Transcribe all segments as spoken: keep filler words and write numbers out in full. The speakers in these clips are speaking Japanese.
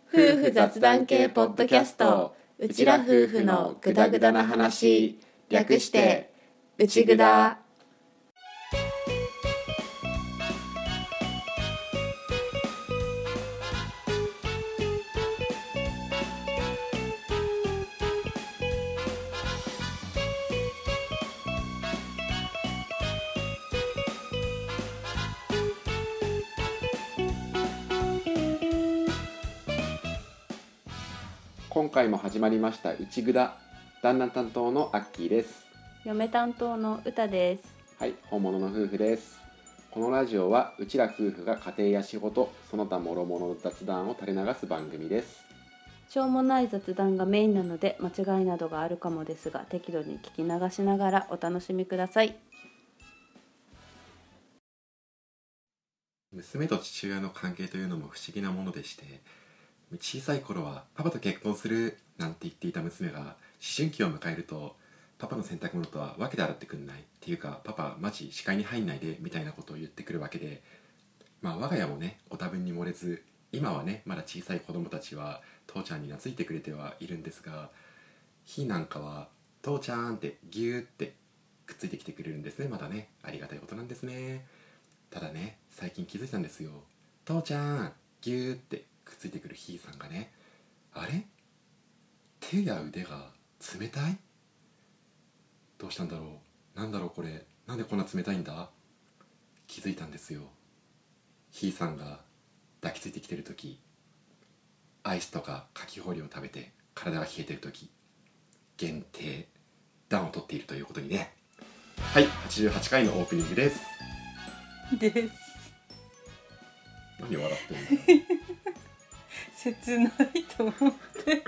夫婦雑談系ポッドキャスト、うちら夫婦のグダグダな話、略してうちぐだ。 今回も始まりましたうちぐだ。旦那担当のアッキーです。 嫁担当のうたです。 はい、本物の夫婦です。このラジオはうちら夫婦が家庭や仕事、その他諸々の雑談を垂れ流す番組です。 しょうもない雑談がメインなので間違いなどがあるかもですが、適度に聞き流しながらお楽しみください。 娘と父親の関係というのも不思議なものでして、小さい頃はパパと結婚するなんて言っていた娘が思春期を迎えると、パパの洗濯物とは分けて洗ってくんないっていうか、パパマジ視界に入んないでみたいなことを言ってくるわけで、まあ我が家もねご多分に漏れず、今はねまだ小さい子供たちは父ちゃんに懐いてくれてはいるんですが、ひなんかは父ちゃんってギューってくっついてきてくれるんですね。まだねありがたいことなんですね。ただね最近気づいたんですよ。父ちゃんギューってくっついてくるひーさんがね、あれ手や腕が冷たい？どうしたんだろう、なんだろうこれ、なんでこんな冷たいんだ？気づいたんですよ。ひーさんが抱きついてきてるとき、アイスとかかき氷を食べて体が冷えてるとき、限定暖を取っているということにね。はい、はちじゅうはちかいのオープニングです。 です何笑ってんの？ 切ないと思って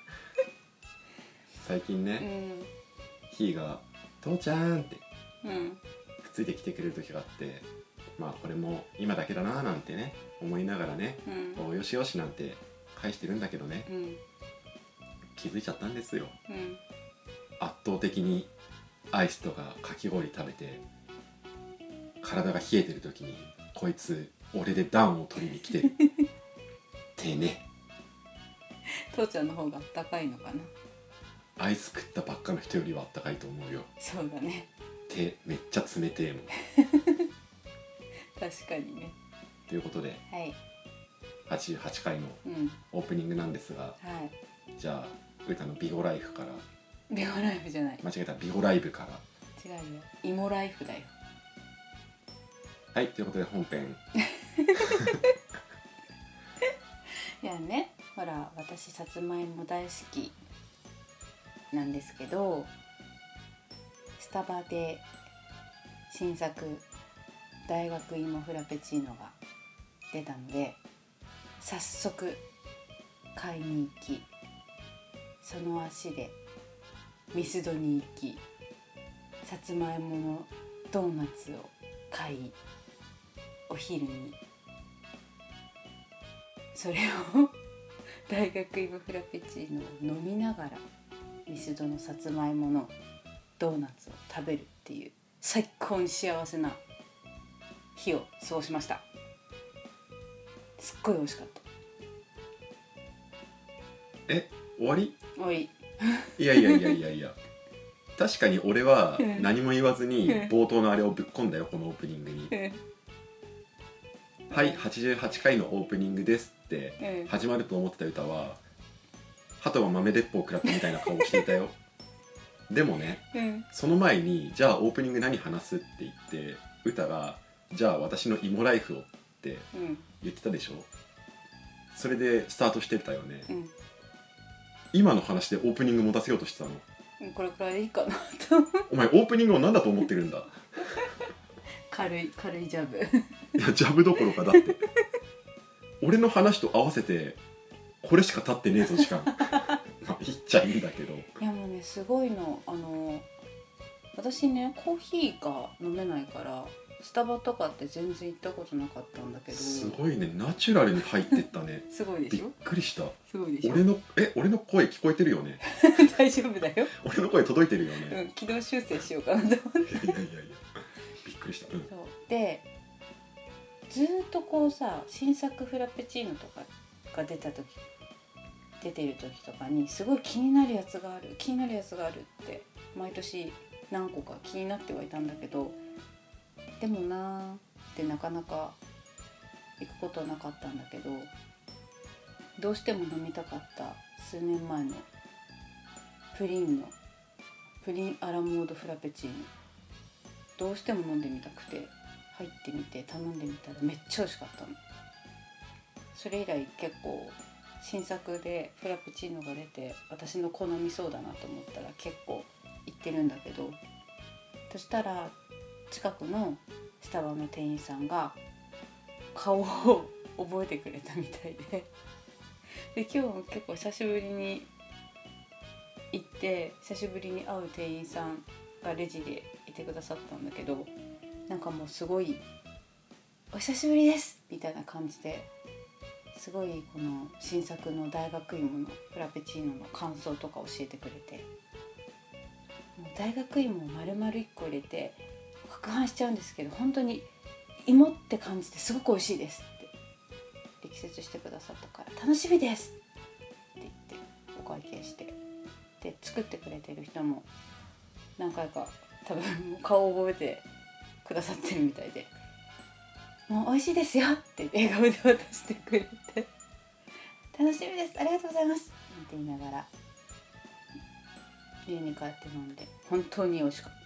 最近ね、ひーが父ちゃんってうんくっついてきてくれる時があって、まあこれも今だけだななんてね思いながらね、 うんおよしよしなんて返してるんだけどね、 うん気づいちゃったんですよ。 うん圧倒的にアイスとかかき氷食べて体が冷えてる時に、こいつ俺で暖を取りに来てるってね。 父ちゃんの方が高いのかな。 アイス食ったばっかの人よりはあったかいと思うよ。 そうだね、 手めっちゃ冷てえもん確かにね。 ということではいはちじゅうはちかいのうんオープニングなんですが、 はいじゃあウタのビゴライフから、 ビオライフじゃない、 間違えた、ビゴライブから。 違うよ、イモライフだよ。 はい、ということで本編いやね、ほら私さつまいも大好きなんですけど、スタバで新作大学芋フラペチーノが出たので、早速買いに行き、その足でミスドに行き、さつまいものドーナツを買い、お昼にそれを大学芋フラペチーノを飲みながらミスドのさつまいものドーナツを食べるっていう最高に幸せな日を過ごしました。すっごい美味しかった。 え、終わり？ おいいやいやいやいやいや確かに俺は何も言わずに冒頭のあれをぶっ込んだよ、このオープニングに。はい、はちじゅうはちかいのオープニングですって始まると思ってた歌は、鳩は豆鉄砲を食らったみたいな顔をしていたよでもね、 うん、 その前にじゃあオープニング何話すって言って、歌がじゃあ私の芋ライフをって言ってたでしょ、うん、それでスタートしてたよね、うん、今の話でオープニング持たせようとしてたの。 これくらいでいいかなとお前オープニングを何だと思ってるんだ軽い軽いジャブいやジャブどころか、だって俺の話と合わせてこれしか立ってねえぞしかもまあ言っちゃいいんだけど、 いやもうねすごいの、あの私ねコーヒーが飲めないからスタバとかって全然行ったことなかったんだけど、 すごいね、ナチュラルに入ってったねすごいでしょ。 びっくりした。 すごいでしょ。 俺のえ俺の声聞こえてるよね大丈夫だよ俺の声届いてるよね、 うん、軌道修正しようかなと思っていやいやいやいやびっくりした、うん、 そうでずーっとこうさ、新作フラペチーノとかが出た時出てる時とかにすごい気になるやつがある気になるやつがあるって毎年何個か気になってはいたんだけど、でもなーってなかなか行くことはなかったんだけど、どうしても飲みたかった数年前のプリンのプリンアラモードフラペチーノ、どうしても飲んでみたくて入ってみて頼んでみたらめっちゃ美味しかったの。それ以来結構新作でフラペチーノが出て私の好みそうだなと思ったら結構行ってるんだけど、そしたら近くのスタバの店員さんが顔を覚えてくれたみたいでで今日も結構久しぶりに行って久しぶりに会う店員さんがレジでいてくださったんだけど、なんかもうすごいお久しぶりですみたいな感じですごいこの新作の大学芋のフラペチーノの感想とか教えてくれて、もう大学芋を丸々いっこ入れて攪拌しちゃうんですけど本当に芋って感じですごく美味しいですって力説してくださったから楽しみですって言ってお会計して、で作ってくれてる人も何回か多分顔を覚えてくださってるみたいで、もう美味しいですよって笑顔で渡してくれて楽しみですありがとうございますって言いながら家に帰って飲んで本当に美味しかった。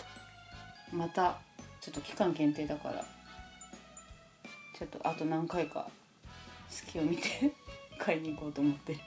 またちょっと期間限定だからちょっとあと何回か隙を見て買いに行こうと思ってる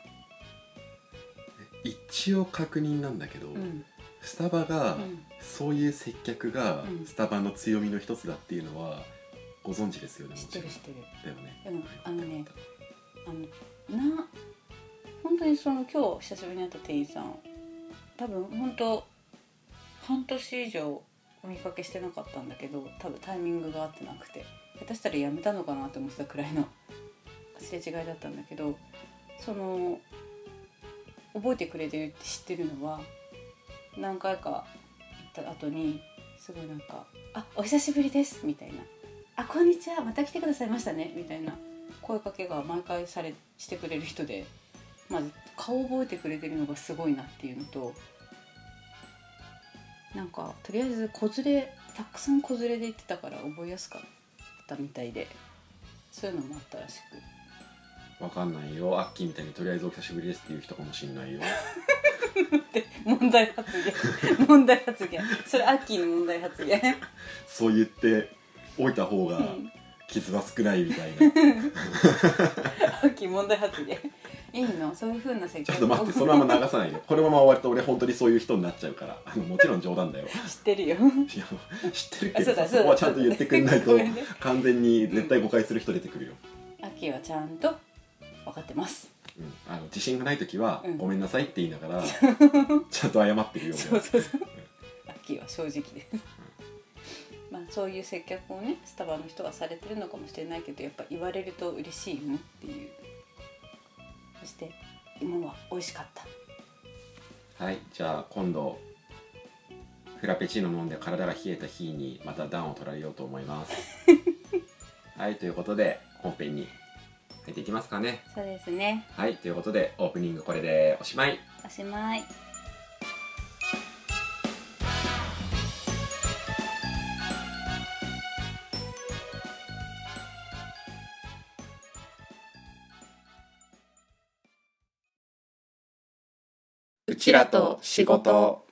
一応確認なんだけど、 うん、 スタバが、 うん、 そういう接客がうんスタバの強みの一つだっていうのはご存知ですよね。 知ってる知ってる。 だよね。 でもあのねあのな本当にその今日久しぶりに会った店員さん多分本当半年以上お見かけしてなかったんだけど、多分タイミングが合ってなくて下手したらやめたのかなと思ってたくらいのすれ違いだったんだけど、その覚えてくれてるって知ってるのは何回か行った後にすごいなんかあお久しぶりですみたいな、あこんにちはまた来てくださいましたねみたいな声かけが毎回されしてくれる人で、まず顔を覚えてくれてるのがすごいなっていうのと、なんかとりあえず子連れたくさん子連れで行ってたから覚えやすかったみたいで、そういうのもあったらしく。 わかんないよ、アッキーみたいにとりあえずお久しぶりですっていう人かもしんないよで問題発言問題発言それアッキーの問題発言そう言っておいた方が傷は少ないみたいなアッキー問題発言いいのそういう風な接客。 ちょっと待って、そのまま流さないでこのまま終わると俺本当にそういう人になっちゃうから、あのもちろん冗談だよ知ってるよいや知ってるけどさ、そこはちゃんと言ってくんないと完全に絶対誤解する人出てくるよ。 アッキーはちゃんと分かってます、 うん、あの自信がない時は、 うん、 ごめんなさいって言いながらちゃんと謝ってるよそうそうそうアッキーは正直です、うん、まあそういう接客をねスタバの人はされてるのかもしれないけど、やっぱ言われると嬉しいよねっていう。そして芋は美味しかった。 はい、じゃあ今度フラペチーノ飲んで体が冷えた日にまた暖を取られようと思いますはい、ということで本編に入っていきますかね。 そうですね。 はい、ということでオープニングこれでおしまい。 おしまい。 うちらと仕事。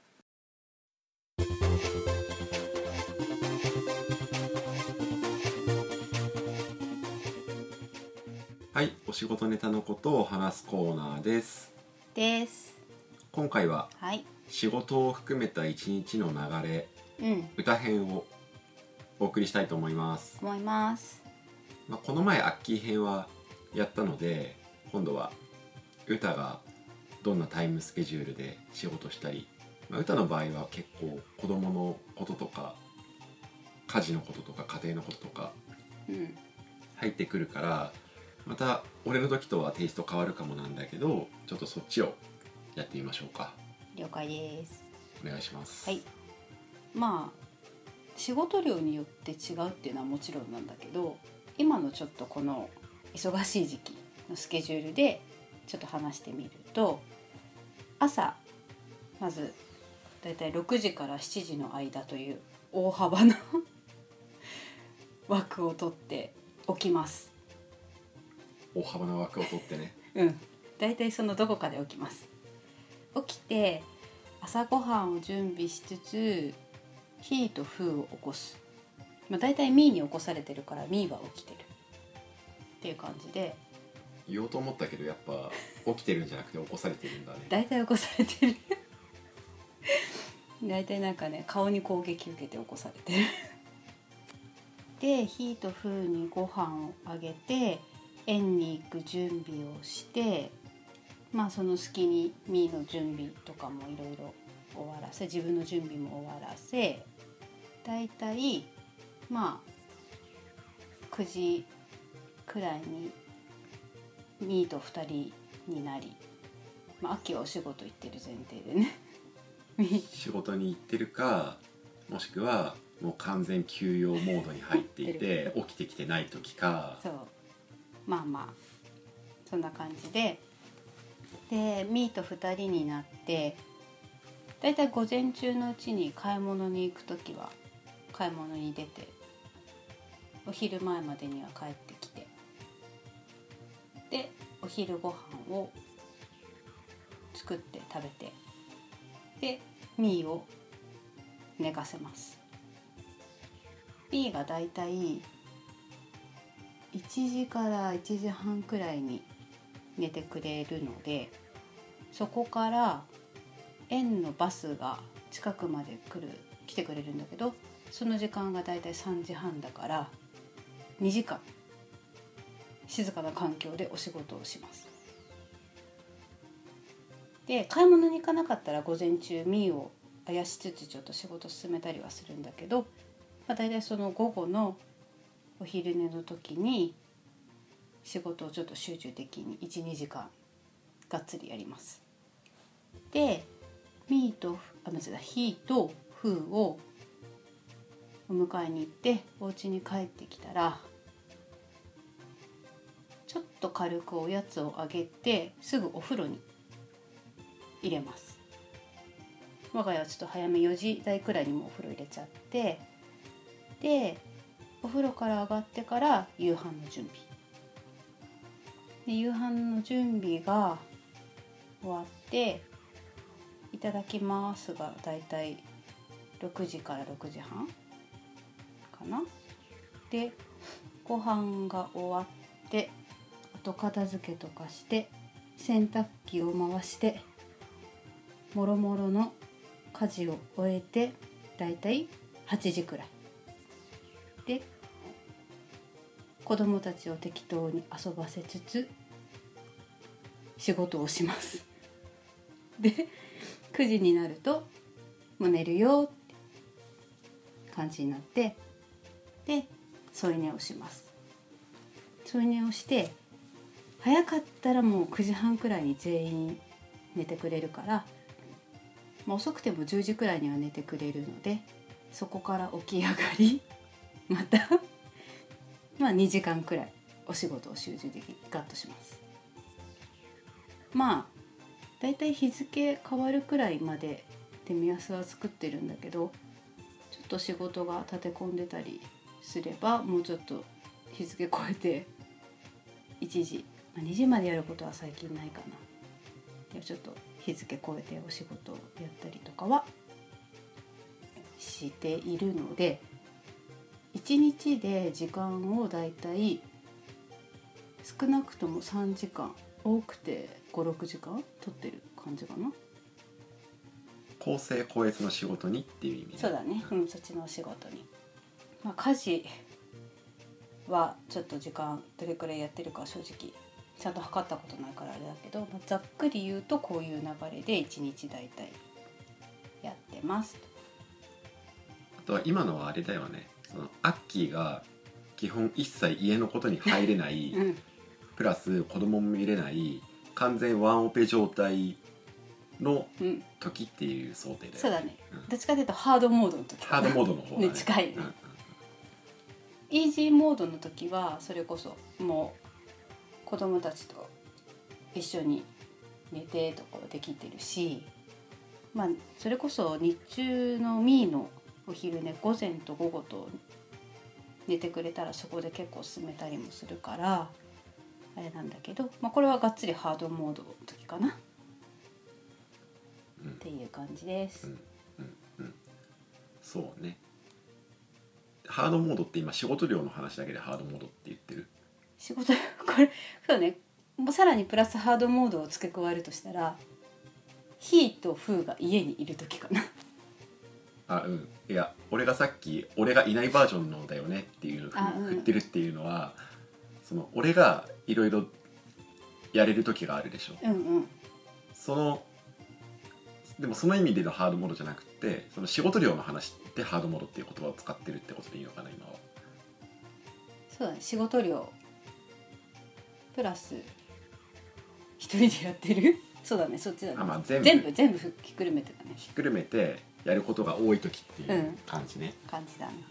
はい、お仕事ネタのことを話すコーナーですです。 今回ははい仕事を含めた一日の流れ、 うん、 歌編をお送りしたいと思います思います、 まあ、この前アッキー編はやったので、今度は歌がどんなタイムスケジュールで仕事したり、まあ、歌の場合は結構子供のこととか家事のこととか家庭のこととか入ってくるから、また俺の時とはテイスト変わるかもなんだけど、ちょっとそっちをやってみましょうか。 了解です。 お願いします。 はい。まあ仕事量によって違うっていうのはもちろんなんだけど、今のちょっとこの忙しい時期のスケジュールでちょっと話してみると、朝まずだいたいろくじからしちじの間という大幅な枠を取って起きます。 大幅な枠を取ってね。 うん、だいたいそのどこかで起きます。起きて朝ごはんを準備しつつ、ヒーとフーを起こす。まあ、だいたいミーに起こされてるからミーは起きてるっていう感じで、 言おうと思ったけどやっぱ起きてるんじゃなくて起こされてるんだね。 だいたい起こされてるだいたいなんかね、顔に攻撃受けて起こされてるで、ヒーとフーにご飯をあげて園に行く準備をして、まあその隙にミーの準備とかもいろいろ終わらせ、自分の準備も終わらせ、だいたいまあくじくらいにミーとふたりになり、まあ秋はお仕事行ってる前提でね仕事に行ってるか、もしくはもう完全休養モードに入っていて起きてきてない時か。 そう、まあまあそんな感じで、でミーとふたりになって、だいたい午前中のうちに買い物に行く時は買い物に出て、お昼前までには帰ってきて、でお昼ご飯を作って食べて、でミーを寝かせます。ミーがだいたいいちじからいちじはんくらいに寝てくれるので、そこから園のバスが近くまで来る来てくれるんだけど、その時間がだいたいさんじはんだからにじかん静かな環境でお仕事をします。で買い物に行かなかったら午前中ミーをあやしつつちょっと仕事進めたりはするんだけど、まあ、だいたいその午後のお昼寝の時に仕事をちょっと集中的に いちにじかんがっつりやります。でミーとあ間違えたヒーとフーをお迎えに行ってお家に帰ってきたら、ちょっと軽くおやつをあげてすぐお風呂に入れます。我が家はちょっと早めよじ台くらいにもお風呂入れちゃって、でお風呂から上がってから夕飯の準備で、夕飯の準備が終わっていただきますがだいたいろくじからろくじはんかな。でご飯が終わって後片付けとかして洗濯機を回してもろもろの家事を終えてだいたいはちじくらいで、子供たちを適当に遊ばせつつ仕事をしますでくじになるともう寝るよって感じになって、で添い寝をします。添い寝をして早かったらもうくじはんくらいに全員寝てくれるから、まあ、遅くてもじゅうじくらいには寝てくれるので、そこから起き上がりまたまあにじかんくらいお仕事を集中的にガッとします。まあだいたい日付変わるくらいまでで目安は作ってるんだけど、ちょっと仕事が立て込んでたりすればもうちょっと日付超えていちじ、まあ、にじまでやることは最近ないかな。でちょっと日付超えてお仕事をやったりとかはしているので、いちにちで時間をだいたい少なくともさんじかん、多くてご、ろくじかん取ってる感じかな。 公正高越の仕事にっていう意味ね。 そうだね、うん、そっちのお仕事に。まあ、家事はちょっと時間どれくらいやってるか正直ちゃんと測ったことないからあれだけど、まあ、ざっくり言うとこういう流れでいちにちだいたいやってます。 あとは今のはあれだよね、そのアッキーが基本一切家のことに入れない、うん、プラス子供も見れない完全ワンオペ状態の時っていう想定だよね、うん、 そうだね、うん、どっちかというとハードモードの時ハードモードの方がね近いね、 うんうん、 イージーモードの時はそれこそもう子供たちと一緒に寝てとかはできてるし、まあそれこそ日中のミーのお昼寝、午前と午後と寝てくれたらそこで結構進めたりもするからあれなんだけど、まあ、これはがっつりハードモードの時かな、うん、っていう感じです、 うんうんうん、そうね。ハードモードって今仕事量の話だけでハードモードって言ってる？ 仕事これそうね、もうさらにプラスハードモードを付け加えるとしたらヒーとフーが家にいる時かな。 あ、うん。いや俺がさっき俺がいないバージョンのだよねっていうのを振ってるっていうのは、うん、その俺がいろいろやれる時があるでしょ、 うんうん、 そのでもその意味でのハードモードじゃなくて、その仕事量の話でハードモードっていう言葉を使ってるってことでいいのかな今は。 そうだね、仕事量プラス一人でやってるそうだね、そっちだね。 あ、まあ、全部全部全部ひっくるめてだね。 ひっくるめてやることが多い時っていう感じね、 うん、感じだね、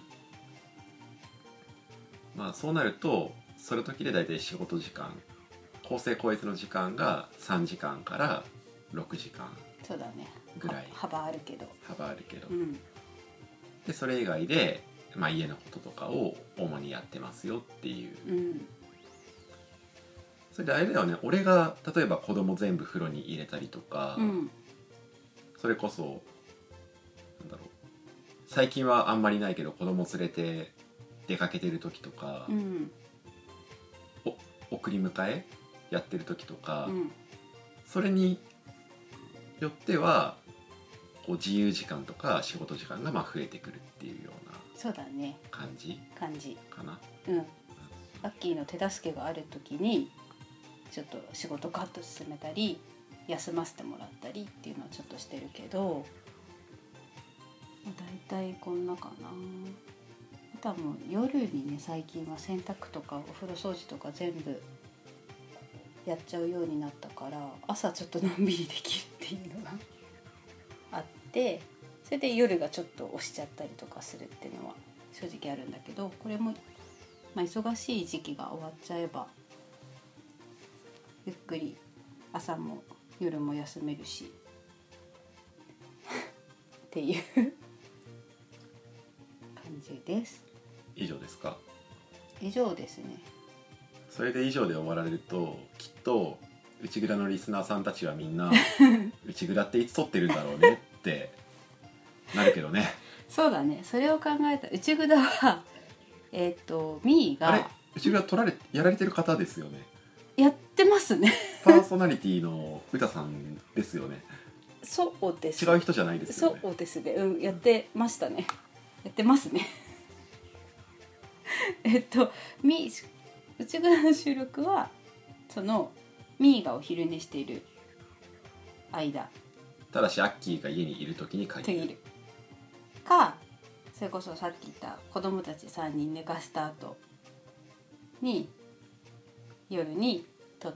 うん、まあそうなるとその時で大体仕事時間、構成校閲の時間がさんじかんからろくじかんそうだねぐらい幅あるけど幅あるけど、 うん、 でそれ以外で、まあ、家のこととかを主にやってますよっていう、 うん、 それであれだよね、俺が例えば子供全部風呂に入れたりとか、 うん、 それこそなんだろう、最近はあんまりないけど子供連れて出かけてる時とか、 うん、 お送り迎えやってる時とか、 うん、 それによってはこう自由時間とか仕事時間がまあ増えてくるっていうようなそうだね感じ感じかな。 うん、アッキーの手助けがある時にちょっと仕事カット進めたり休ませてもらったりっていうのはちょっとしてるけど、まあ、大体こんなかな。あとはもう夜にね、最近は洗濯とかお風呂掃除とか全部やっちゃうようになったから、朝ちょっとのんびりできるっていうのがあって、それで夜がちょっと押しちゃったりとかするっていうのは正直あるんだけど、これも、まあ、忙しい時期が終わっちゃえばゆっくり朝も夜も休めるしっていう感じです。 以上ですか？ 以上ですね。 それで以上で終わられるときっと内蔵のリスナーさんたちはみんな内蔵っていつ撮ってるんだろうねってなるけどね。 そうだね、それを考えた内蔵はえっ、ー、とミーがあれ内蔵撮られやられてる方ですよね。 やってますねパーソナリティの歌さんですよね。 そうです。 違う人じゃないですよね。 そうですね、うん、やってましたね。やってますねえっとミー内蔵の収録はそのミーがお昼寝している間、 ただしアッキーが家にいる時に限るか、それこそさっき言った子供たちさんにん寝かした後に夜に撮って、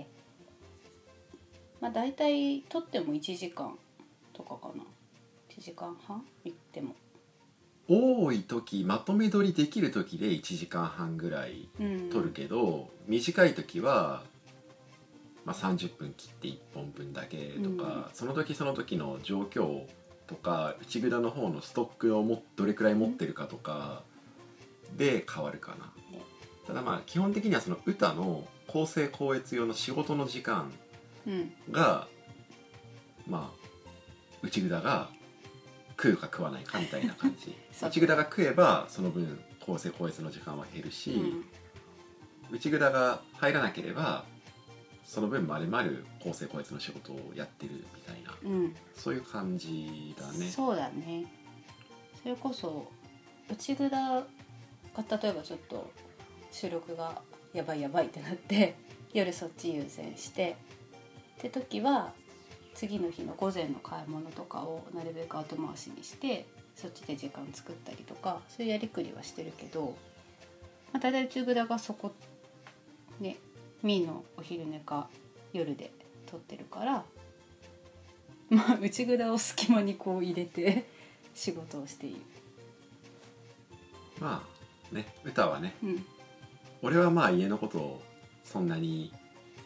まあだいたい撮ってもいちじかんとかかな、いちじかんはんいっても多い時、まとめ撮りできる時でいちじかんはんぐらい撮るけど、うん、短い時は、まあ、さんじゅっぷん切っていっぽんぶんだけとか、うん、その時その時の状況とか内蔵の方のストックをもどれくらい持ってるかとかで変わるかな、うん、ただまあ基本的にはその歌の構成校閲用の仕事の時間が、うん、まあ内蔵が食うか食わないかみたいな感じ内蔵が食えばその分構成校閲の時間は減るし、うん、内蔵が入らなければその分まるまる構成校閲の仕事をやってるみたいな、うん、そういう感じだね。 そうだね。それこそ内蔵が例えばちょっと収録がやばいやばいってなって夜そっち優先してって時は次の日の午前の買い物とかをなるべく後回しにしてそっちで時間作ったりとか、そういうやりくりはしてるけど、まあ、大体内蔵がそこねミーのお昼寝か夜で撮ってるから、まあ内蔵を隙間にこう入れて仕事をしている。 まあね、歌はね、 うん、 俺はまあ家のことをそんなに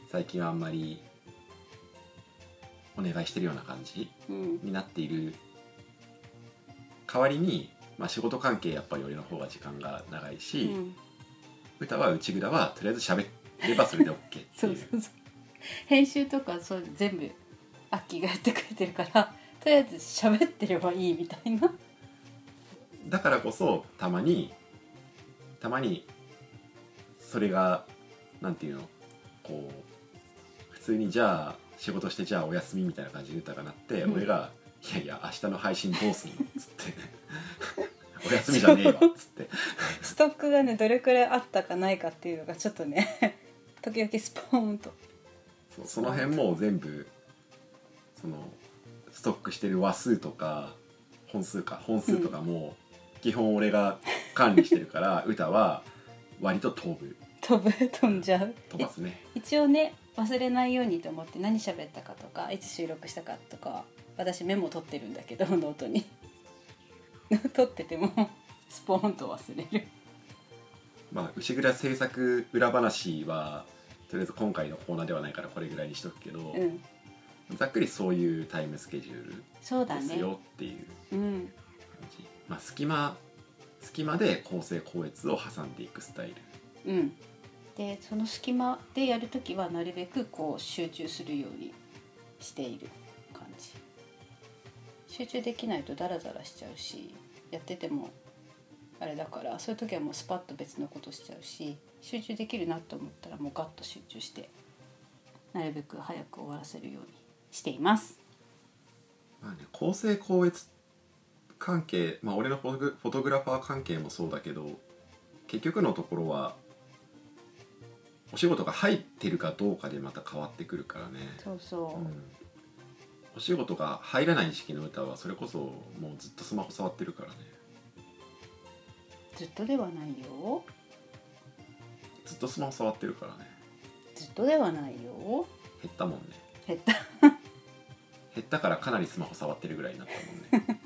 最近はあんまりお願いしてるような感じうんになっている代わりに、まあ、仕事関係やっぱり俺の方が時間が長いし、 うん、 歌は内蔵はとりあえず喋ればそれで OK っていうそうそうそう、編集とかそう全部アッキーがやってくれてるから、とりあえず喋ってればいいみたいな。 だからこそたまにたまにそれがなんていうのこう普通にじゃあ仕事してじゃあお休みみたいな感じで歌が鳴って、うん、俺が「いやいや明日の配信どうすんの?」っつって「お休みじゃねえわ」っつってストックがねどれくらいあったかないかっていうのがちょっとね時々スポーンとそ, その辺も全部そのストックしてる話数とか本数か本数とかも基本俺が管理してるから、うん、歌は割と飛ぶ飛ぶ飛んじゃう飛ばすね。 一応ね忘れないようにと思って何喋ったかとかいつ収録したかとか私メモ取ってるんだけどノートに取っててもスポーンと忘れる。 まあ牛蔵制作裏話はとりあえず今回のコーナーではないからこれぐらいにしとくけど、うん、ざっくりそういうタイムスケジュールですよっていう感じ、ね、うん、まあ、隙間隙間で構成校閲を挟んでいくスタイル、うん、でその隙間でやるときはなるべくこう集中するようにしている感じ。集中できないとダラダラしちゃうしやっててもあれだから、そういう時はもうスパッと別のことしちゃうし、集中できるなと思ったらもうガッと集中してなるべく早く終わらせるようにしています。 まあね、構成校閲関係、まあ、俺のフォトグ、フォトグラファー関係もそうだけど結局のところはお仕事が入ってるかどうかでまた変わってくるからね。 そうそう、うん、 お仕事が入らない時期の歌はそれこそもうずっとスマホ触ってるからね。 ずっとではないよ。 ずっとスマホ触ってるからね。 ずっとではないよ。 減ったもんね。 減った減ったからかなりスマホ触ってるぐらいになったもんね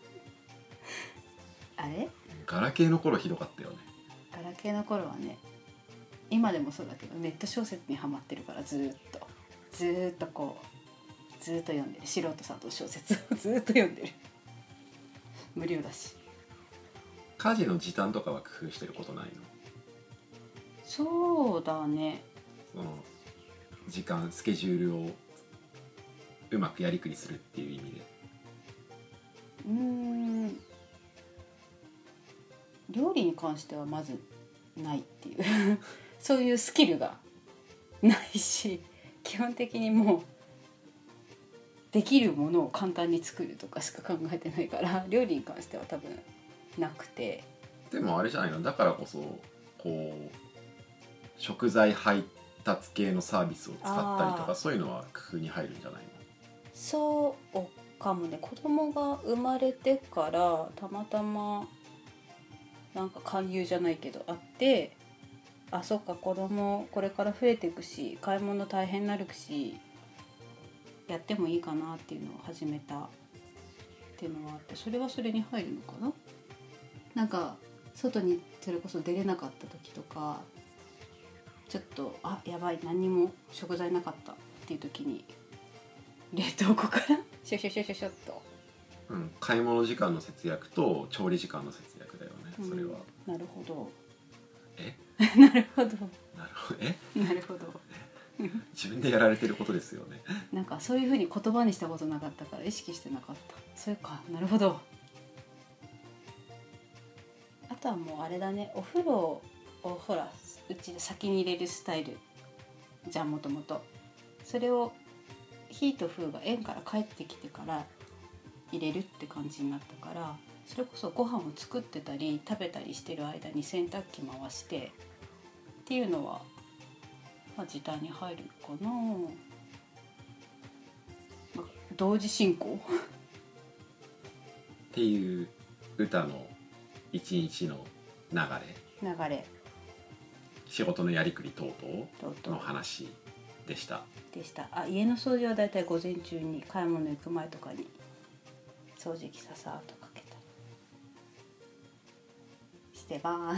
あれガラケーの頃ひどかったよね。 ガラケーの頃はね、今でもそうだけどネット小説にハマってるからずーっとずーっとこうずーっと読んでる。素人さんと小説をずーっと読んでる無料だし。 家事の時短とかは工夫してることないの？ そうだね、 その時間スケジュールをうまくやりくりするっていう意味で。 うーん料理に関してはまずないっていうそういうスキルがないし、基本的にもうできるものを簡単に作るとかしか考えてないから料理に関しては多分なくて。 でもあれじゃないの、だからこそこう食材配達系のサービスを使ったりとかそういうのは工夫に入るんじゃないの？ そうかもね。子供が生まれてからたまたまなんか勧誘じゃないけどあって、あ、そっか子供これから増えていくし買い物大変になるしやってもいいかなっていうのを始めたっていうのはあって、それはそれに入るのかな。なんか外にそれこそ出れなかった時とかちょっとあやばい何にも食材なかったっていう時に冷凍庫からシュシュシュシュシュッと、 うん、買い物時間の節約と調理時間の節約だよね、それは、 うん、なるほどえなるほどなるほどえなるほど自分でやられてることですよね。 なんかそういう風に言葉にしたことなかったから意識してなかった。そうか、なるほど。あとはもうあれだね、お風呂をほらうちで先に入れるスタイルじゃん、もともと。それを火と風が縁から帰ってきてから入れるって感じになったから、それこそご飯を作ってたり食べたりしてる間に洗濯機回してっていうのは、まあ、時短に入るかな、まあ、同時進行っていう歌の一日の流れ流れ仕事のやりくり等々の話でしたでした。あ、家の掃除はだいたい午前中に買い物行く前とかに掃除機ささっとかけたりしてます。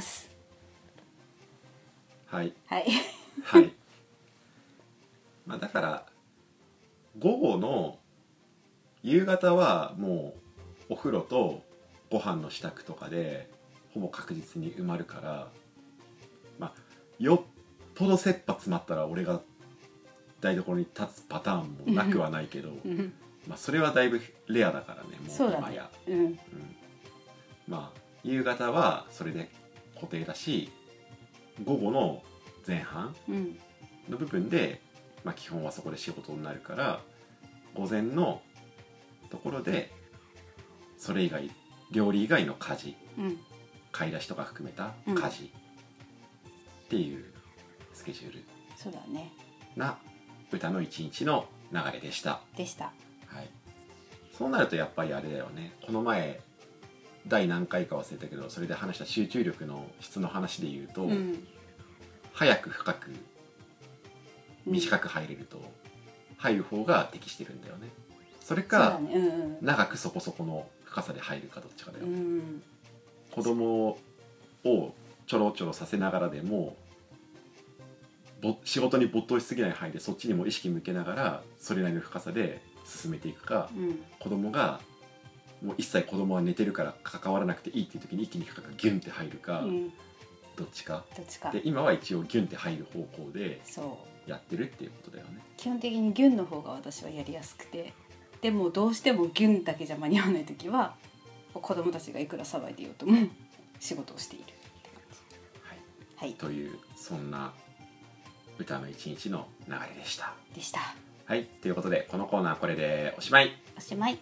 はいはいはいまあ、だから午後の夕方はもうお風呂とご飯の支度とかでほぼ確実に埋まるから、まあよっぽど切羽詰まったら俺が台所に立つパターンもなくはないけど、まあそれはだいぶレアだからね、もう今や。う、ねうんうん、まあ夕方はそれで固定だし、午後の前半の部分で、まあ、基本はそこで仕事になるから、午前のところでそれ以外料理以外の家事、うん、買い出しとか含めた家事っていうスケジュールそうだねな歌の一日の流れでしたでした、 はい、そうなるとやっぱりあれだよね。この前第何回か忘れたけどそれで話した集中力の質の話で言うと、うん、早く深く短く入れると、うん、入る方が適してるんだよね。それかそ、ねうんうん、長くそこそこの深さで入るかどっちかだよ、うん、子供をちょろちょろさせながらでもぼ仕事に没頭しすぎない範囲でそっちにも意識向けながらそれなりの深さで進めていくか、うん、子供がもう一切子供は寝てるから関わらなくていいっていう時に一気に深くギュンって入るか、うん、どっちかどっちかで今は一応ギュンって入る方向でやってるっていうことだよね。 基本的にギュンの方が私はやりやすくて、でもどうしてもギュンだけじゃ間に合わない時は子供たちがいくら騒いでいようとも仕事をしているって感じ、 はいはい、というそんな歌の一日の流れでしたでしたはい、ということでこのコーナーこれでおしまいおしま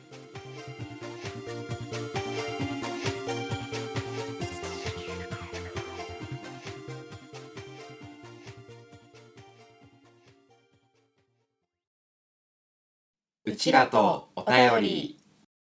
いうちらとお便り。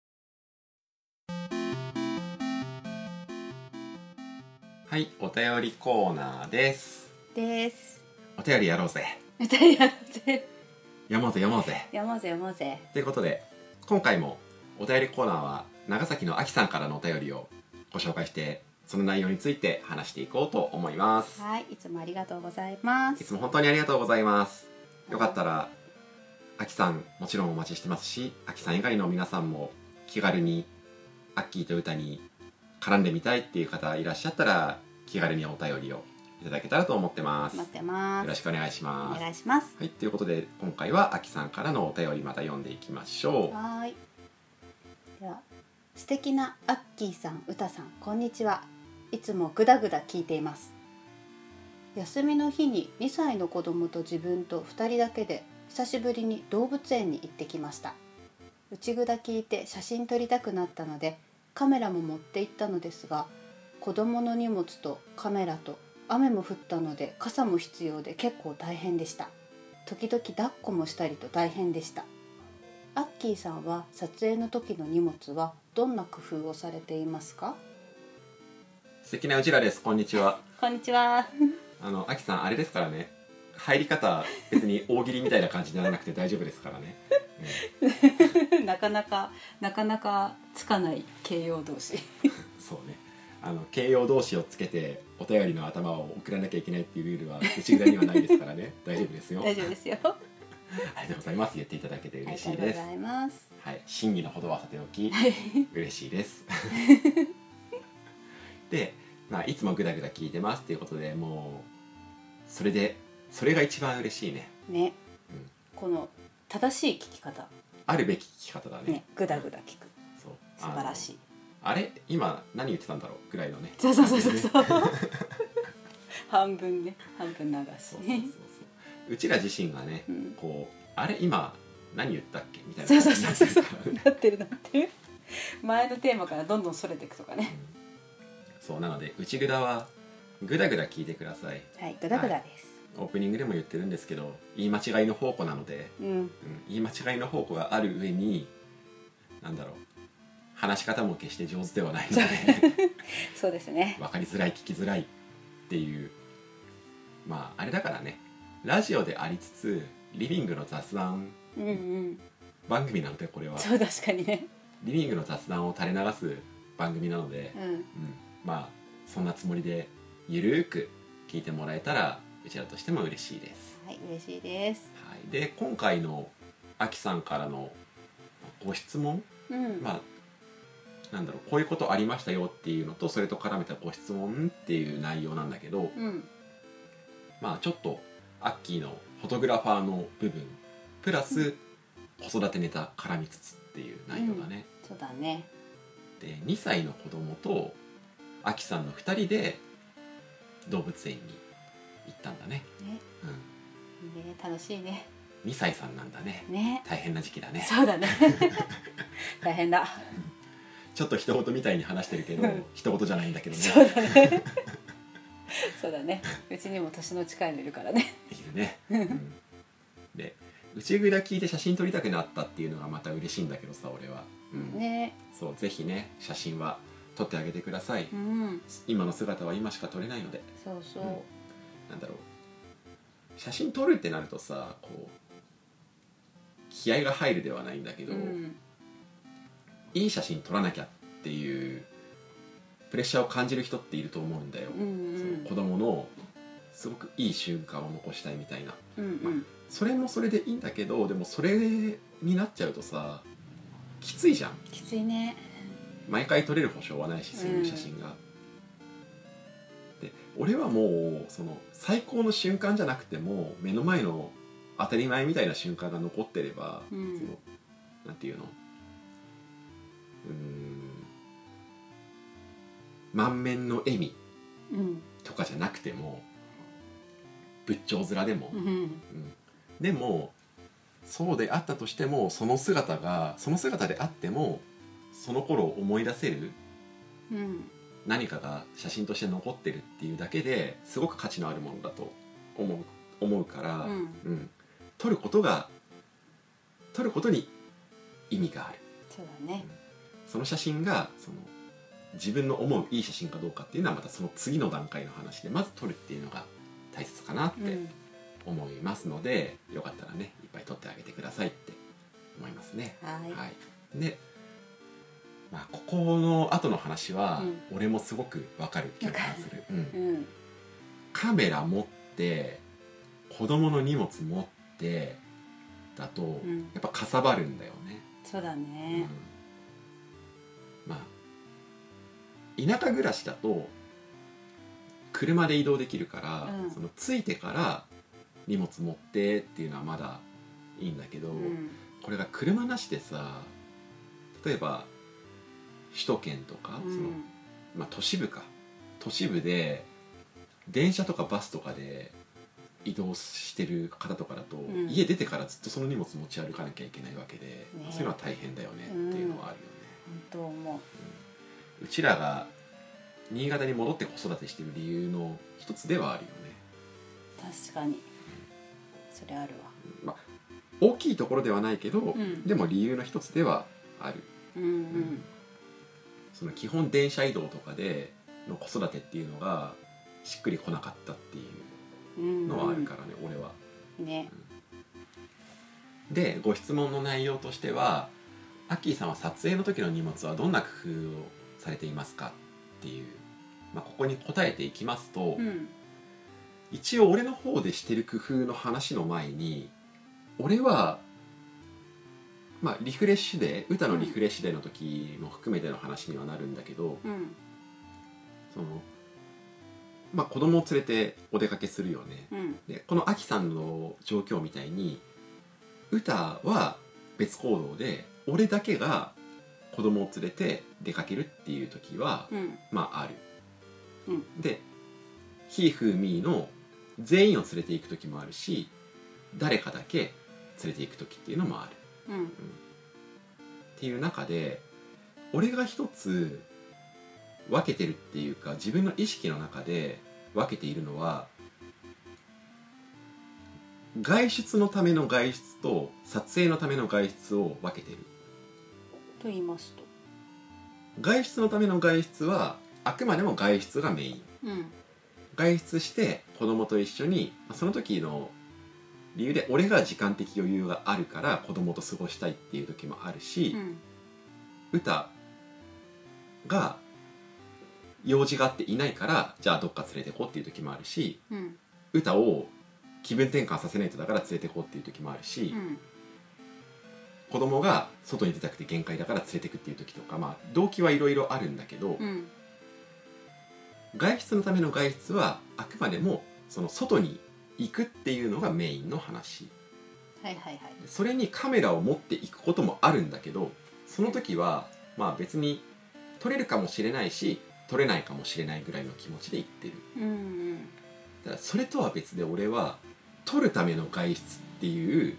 はい、お便りコーナーですですお便りやろうぜお便りやろうぜやもうぜやもうぜやもうぜやもうぜということで今回もお便りコーナーは長崎のあきさんからのお便りをご紹介してその内容について話していこうと思います。 はい、いつもありがとうございます。 いつも本当にありがとうございます。よかったらあきさんもちろんお待ちしてますし、あきさん以外の皆さんも気軽にアッキーと歌に絡んでみたいっていう方いらっしゃったら気軽にお便りをいただけたらと思ってます。 待ってます。 よろしくお願いします。 お願いします。 はい、ということで今回はあきさんからのお便りまた読んでいきましょう。 はい。では素敵なアッキーさん、歌さん、こんにちは。いつもグダグダ聞いています。休みの日ににさいの子供と自分とふたりだけで久しぶりに動物園に行ってきました。内ぐだ聞いて写真撮りたくなったのでカメラも持って行ったのですが、子供の荷物とカメラと雨も降ったので傘も必要で結構大変でした。時々抱っこもしたりと大変でした。アッキーさんは撮影の時の荷物はどんな工夫をされていますか？ 素敵なうちらです。こんにちは。 こんにちは。 あのあきさんあれですからね、入り方別に大喜利みたいな感じにならなくて大丈夫ですからね。 ねなかなかなかなかつかない形容動詞。 そうね。あの形容動詞をつけてお便りの頭を送らなきゃいけないっていうルールは内ぐだにはないですからね。大丈夫ですよ。 大丈夫ですよ。 ありがとうございます。言っていただけて嬉しいです。 ありがとうございます。 はい、真偽のほどはさておき嬉しいです。で、まあ、いつもグダグダ聞いてますっていうことでもうそれでそれが一番嬉しいね。 ね、うん、この正しい聞き方。 あるべき聞き方だね。 ね、グダグダ聞く。 そう、 素晴らしい。 あれ今何言ってたんだろうぐらいのね。 そうそうそうそうそう。半分ね、半分流し。 そうそうそうそう。うちら自身がね、うん、こうあれ今何言ったっけみたいな感じになってるからね。なってるなってる。前のテーマからどんどんそれていくとかね。うんそうなので内ぐだはグダグダ聞いてください。 はい、グダグダです、 はい、オープニングでも言ってるんですけど言い間違いの宝庫なので、うんうん、言い間違いの宝庫がある上になんだろう話し方も決して上手ではないのでそうですね、 分かりづらい聞きづらいっていうまああれだからねラジオでありつつリビングの雑談番組なのでこれは、 そう確かにねリビングの雑談を垂れ流す番組なので、うんうんまあそんなつもりでゆるーく聞いてもらえたらうちらとしても嬉しいです。 はい嬉しいです。 はい、で今回のあきさんからのご質問、 うん、 まあなんだろうこういうことありましたよっていうのとそれと絡めたご質問っていう内容なんだけど、 うん、 まあちょっとアッキーのフォトグラファーの部分プラス子育てネタ絡みつつっていう内容だね、 うん、そうだね。 でにさいの子供とアキさんのふたりで動物園に行ったんだね。 ね、 うん、 ね楽しいね。 にさいさんなんだね。 ね、 大変な時期だね。 そうだね大変だ。 ちょっと人事みたいに話してるけど人事じゃないんだけどね。 そうだねそうだね、うちにも年の近いのいるからね。 いるね、うん、で内蔵聞いて写真撮りたくなったっていうのがまた嬉しいんだけどさ俺は、うん、 ね、 そうぜひね写真は撮ってあげてください、 うん、 今の姿は今しか撮れないので。 そうそう、 うん、なんだろう写真撮るってなるとさこう気合が入るではないんだけど、うん、いい写真撮らなきゃっていうプレッシャーを感じる人っていると思うんだよ、うんうん、その子供のすごくいい瞬間を残したいみたいな、うんうんまあ、それもそれでいいんだけどでもそれになっちゃうとさきついじゃん。 きついね。 毎回撮れる保証はないしそういう写真が、うん、で俺はもうその最高の瞬間じゃなくても目の前の当たり前みたいな瞬間が残ってれば、うん、そのなんていうのうーん満面の笑みとかじゃなくても、うん、仏頂面でも、うんうん、でもそうであったとしてもその姿がその姿であってもその頃を思い出せる、うん、何かが写真として残ってるっていうだけですごく価値のあるものだと思う、思うから、うんうん、撮ることが撮ることに意味がある。 そうだね、 うん、その写真がその自分の思ういい写真かどうかっていうのはまたその次の段階の話でまず撮るっていうのが大切かなって思いますので、うん、よかったらねいっぱい撮ってあげてくださいって思いますね。 はい、 はい、でまあ、ここの後の話は、うん、俺もすごく分かる気がする、うんうん、カメラ持って子供の荷物持ってだと、うん、やっぱかさばるんだよね。 そうだね、 うん、まあ田舎暮らしだと車で移動できるから、うん、その着いてから荷物持ってっていうのはまだいいんだけど、うん、これが車なしでさ例えば首都圏とか、うん、そのまあ、都市部か都市部で電車とかバスとかで移動してる方とかだと、うん、家出てからずっとその荷物持ち歩かなきゃいけないわけで、ね、そういうのは大変だよねっていうのはあるよね、 うん、本当思う、 うん、うちらが新潟に戻って子育てしてる理由の一つではあるよね。 確かに、うん、それあるわ、 まあ、大きいところではないけど、うん、でも理由の一つではある、うんうんうん、その基本電車移動とかでの子育てっていうのがしっくりこなかったっていうのはあるからね、うんうん、俺はね、うん、でご質問の内容としてはアッキーさんは撮影の時の荷物はどんな工夫をされていますかっていう、まあ、ここに答えていきますと、うん、一応俺の方でしてる工夫の話の前に俺はまあリフレッシュデー歌のリフレッシュデーの時も含めての話にはなるんだけど、うん、そのまあ子供を連れてお出かけするよね、うん、でこのアキさんの状況みたいに歌は別行動で俺だけが子供を連れて出かけるっていう時は、うん、まあある、うん、でひーふーみーの全員を連れて行く時もあるし誰かだけ連れて行く時っていうのもある、うんうん、っていう中で俺が一つ分けてるっていうか自分の意識の中で分けているのは外出のための外出と撮影のための外出を分けてる。 と言いますと外出のための外出はあくまでも外出がメイン、うん、外出して子供と一緒にその時の理由で俺が時間的余裕があるから子供と過ごしたいっていう時もあるし、うん、歌が用事があっていないからじゃあどっか連れてこうっていう時もあるし、うん、歌を気分転換させないとだから連れてこうっていう時もあるし、 うん、 子供が外に出たくて限界だから連れてくっていう時とか、まあ動機はいろいろあるんだけど、 うん、 外出のための外出はあくまでもその外に行くっていうのがメインの話。 はいはいはい。 それにカメラを持っていくこともあるんだけど、その時はまあ別に撮れるかもしれないし撮れないかもしれないぐらいの気持ちで行ってる。 うんうん、 だからそれとは別で俺は撮るための外出っていう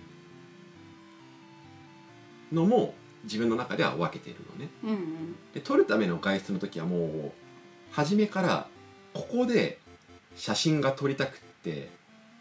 のも自分の中では分けてるのね。 うんうん、 で撮るための外出の時はもう初めからここで写真が撮りたくって、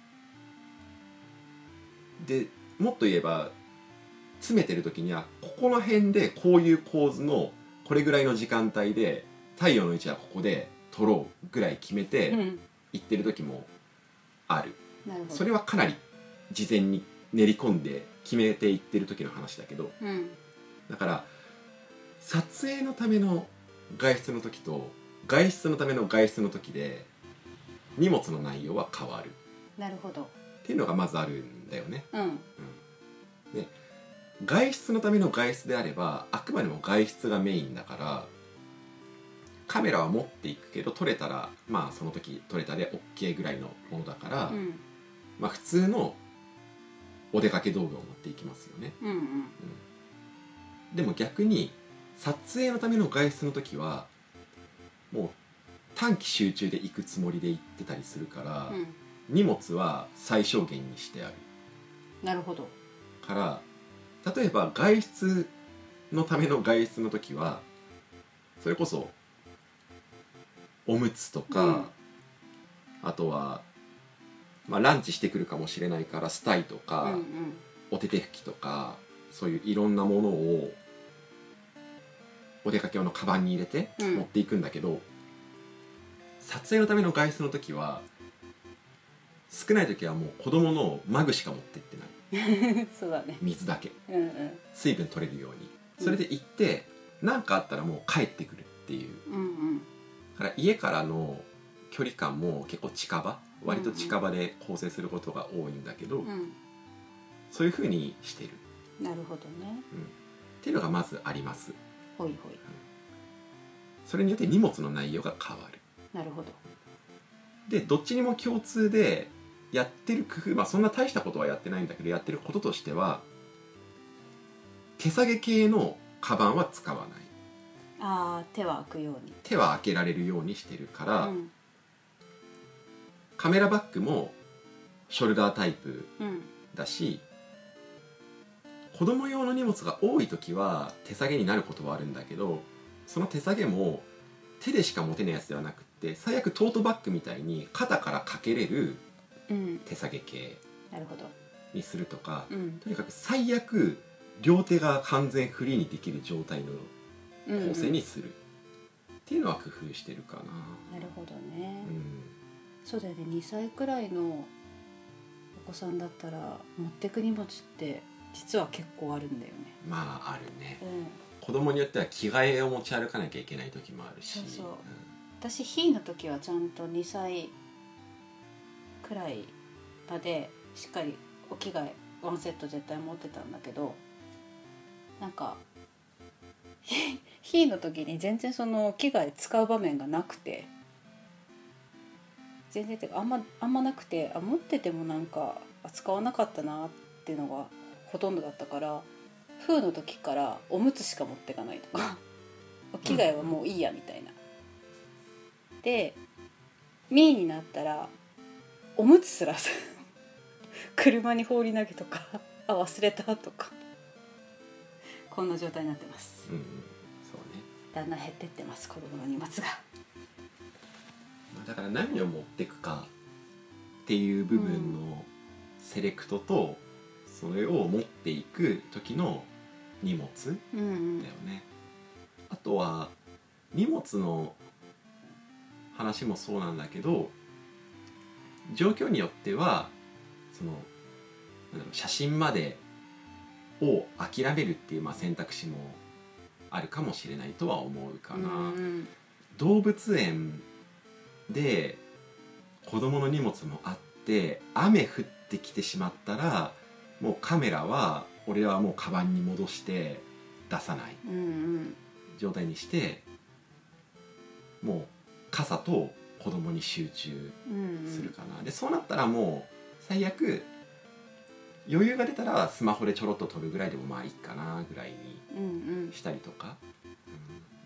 でもっと言えば詰めてる時にはここの辺でこういう構図のこれぐらいの時間帯で太陽の位置はここで撮ろうぐらい決めて行ってる時もある。 なるほど。 それはかなり事前に練り込んで決めていってる時の話だけど、 うん、 だから撮影のための外出の時と外出のための外出の時で荷物の内容は変わるなるほどっていうのがまずあるんだよね。 うん、うん、 で外出のための外出であればあくまでも外出がメインだからカメラは持っていくけど撮れたらまあその時撮れたで OK ぐらいのものだから、 うん、 まあ普通のお出かけ道具を持っていきますよね。 うんうん、 でも逆に撮影のための外出の時はもう短期集中で行くつもりで行ってたりするから、 うん、 荷物は最小限にしてあるなるほど。 から例えば外出のための外出の時はそれこそおむつとか、うん、あとは、まあ、ランチしてくるかもしれないからスタイとか、うんうん、お手手拭きとかそういういろんなものをお出かけ用のカバンに入れて持っていくんだけど、うん、撮影のための外出の時は少ない時はもう子供のマグしか持ってってないそうだね、 水だけ、 うんうん、 水分取れるようにそれで行って何、うん、かあったらもう帰ってくるっていう、 うんうん、 だから家からの距離感も結構近場割と近場で構成することが多いんだけど、うんうん、そういう風にしてる。 なるほどね、 うん、っていうのがまずあります。 ほいほい、うん、 それによって荷物の内容が変わる。 なるほど。 でどっちにも共通でやってる工夫、まあそんな大したことはやってないんだけどやってることとしては手提げ系のカバンは使わない。 ああ、手は開くように手は開けられるようにしてるから、うん、カメラバッグもショルダータイプだし、うん、子供用の荷物が多い時は手提げになることはあるんだけどその手提げも手でしか持てないやつではなくって最悪トートバッグみたいに肩からかけれる手提げ系にするとか、うん、とにかく最悪両手が完全フリーにできる状態の構成にするっていうのは工夫してるかな。 なるほどね、 うん、 そうだよね。にさいくらいのお子さんだったら持ってく荷物って実は結構あるんだよね。 まああるね、 うん、 子供によっては着替えを持ち歩かなきゃいけない時もあるし。そうそう、うん、 私ヒーの時はちゃんとにさいくらいまでしっかりお着替えワンセット絶対持ってたんだけどなんかヒーの時に全然その着替え使う場面がなくて全然てかあんまあんまなくてあ持っててもなんか使わなかったなっていうのがほとんどだったからフーの時からおむつしか持ってかないとかお着替えはもういいやみたいな、うん、でミーになったらおむつすら車に放り投げとかあ忘れたとかこんな状態になってます、 うんうん、そうね、 だんだん減ってってます子供の荷物が。 だから何を持ってくかっていう部分のセレクトと、うん、それを持っていく時の荷物だよね、うんうん、あとは荷物の話もそうなんだけど状況によってはそのなんだろう写真までを諦めるっていうまあ選択肢もあるかもしれないとは思うかな、うんうん、動物園で子供の荷物もあって雨降ってきてしまったらもうカメラは俺はもうカバンに戻して出さない状態にして、もう傘と子供に集中するかな、うんうん、でそうなったらもう最悪余裕が出たらスマホでちょろっと撮るぐらいでもまあいいかなぐらいにしたりとか、うんうん、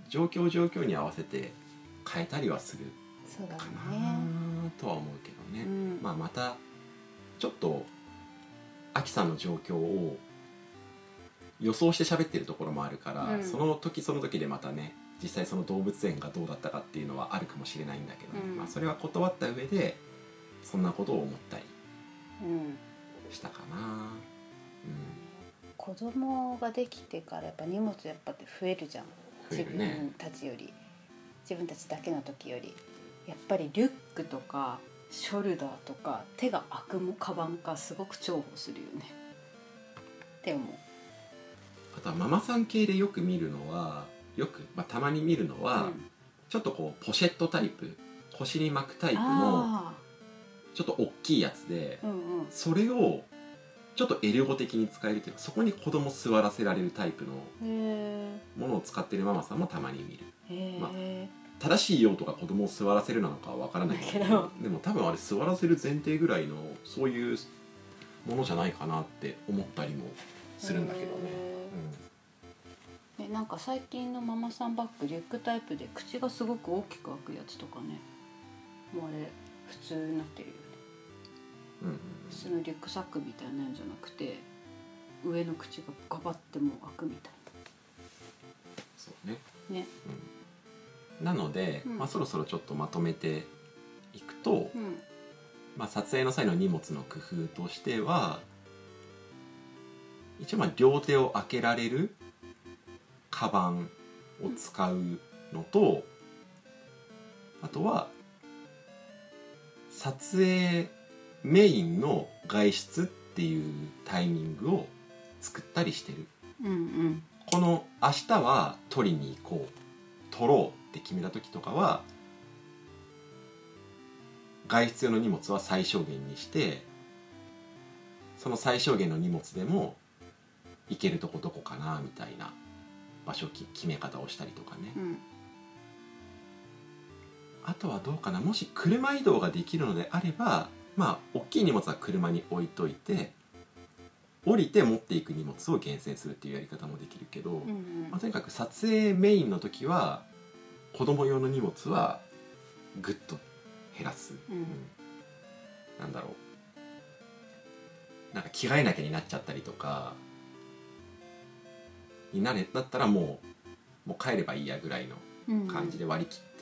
状況状況に合わせて変えたりはするかなとは思うけどね、うん、まあまたちょっとアキさんの状況を予想して喋ってるところもあるから、うん、その時その時でまたね実際その動物園がどうだったかっていうのはあるかもしれないんだけど、ねうんまあ、それは断った上でそんなことを思ったりしたかな、うん、 子供ができてからやっぱ荷物やっぱって増えるじゃん、 増えるね、 自分たちより自分たちだけの時よりやっぱりリュックとかショルダーとか手が開くもカバンかすごく重宝するよねって思う。 あとはママさん系でよく見るのはよく、まあ、たまに見るのは、うん、ちょっとこうポシェットタイプ腰に巻くタイプのちょっと大きいやつで、うんうん、それをちょっとエレゴ的に使えるというかそこに子供座らせられるタイプのものを使ってるママさんもたまに見る、まあ、正しい用途が子供を座らせるなのかは分からないけどでも多分あれ座らせる前提ぐらいのそういうものじゃないかなって思ったりもするんだけどね、 うん、えなんか最近のママさんバッグリュックタイプで口がすごく大きく開くやつとかねもうあれ普通になってるよね、うんうんうん、普通のリュックサックみたいなんじゃなくて上の口がガバッてもう開くみたいなそうねね、 うん、なので、うんまあ、そろそろちょっとまとめていくと、うんまあ、撮影の際の荷物の工夫としては一応まあ両手を開けられるカバンを使うのと、あとは撮影メインの外出っていうタイミングを作ったりしてる、うんうん、この明日は撮りに行こう撮ろうって決めた時とかは外出用の荷物は最小限にしてその最小限の荷物でも行けるとこどこかなみたいな場所決め方をしたりとかね、うん、あとはどうかなもし車移動ができるのであればまあ大きい荷物は車に置いといて降りて持っていく荷物を厳選するっていうやり方もできるけど、うんうんまあ、とにかく撮影メインの時は子供用の荷物はぐっと減らす、うんうん、なんだろうなんか着替えなきゃになっちゃったりとかになれだったらもう、もう帰ればいいやぐらいの感じで割り切って、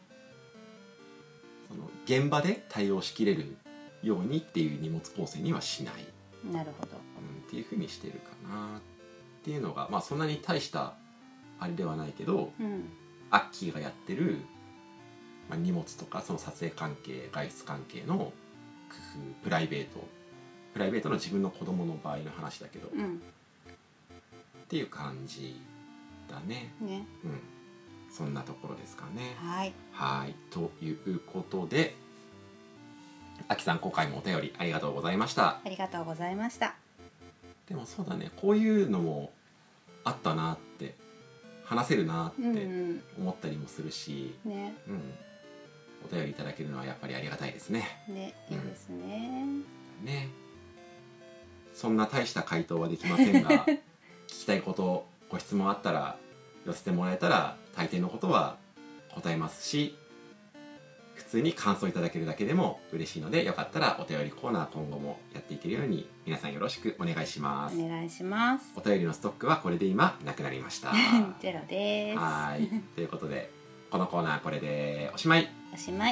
うんうん、その現場で対応しきれるようにっていう荷物構成にはしない。 なるほど、 うん、っていうふうにしてるかなっていうのがまあそんなに大したあれではないけど、うん、アッキーがやってる、まあ、荷物とかその撮影関係外出関係の工夫プライベートプライベートの自分の子供の場合の話だけど、うんっていう感じだね。ね、うん、そんなところですかね。 はい。 はいということで、あきさん今回もお便りありがとうございました。 ありがとうございました。 でもそうだね、こういうのもあったなって話せるなって思ったりもするし、うんうん、ね、うん、お便りいただけるのはやっぱりありがたいですね。 ね、いいですね。 うん、ね、そんな大した回答はできませんが。聞きたいことご質問あったら寄せてもらえたら大抵のことは答えますし普通に感想いただけるだけでも嬉しいのでよかったらお便りコーナー今後もやっていけるように皆さんよろしくお願いします。 お願いします。 お便りのストックはこれで今なくなりましたゼロです。 はいということでこのコーナーこれでおしまいおしまい。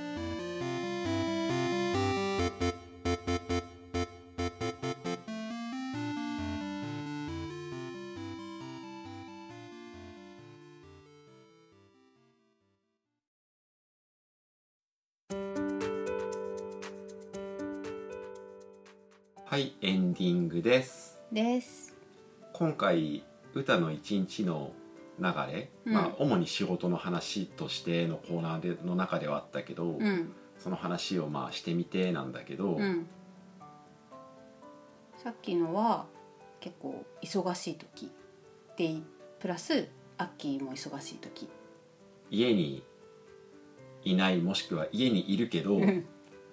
はい、エンディングですです今回歌の一日の流れ、うんまあ、主に仕事の話としてのコーナーでの中ではあったけど、うん、 その話をまあしてみてなんだけど、 うん、さっきのは結構忙しい時でプラスアッキーも忙しい時、 家にいないもしくは家にいるけど、 うん、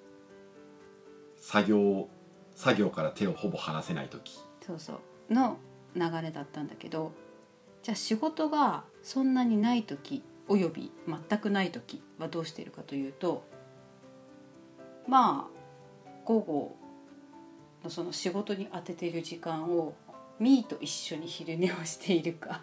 作業作業から手をほぼ離せない時、 そうそうの流れだったんだけど、じゃあ仕事がそんなにない時および全くない時はどうしているかというと、まあ午後のその仕事に当てている時間をミーと一緒に昼寝をしているか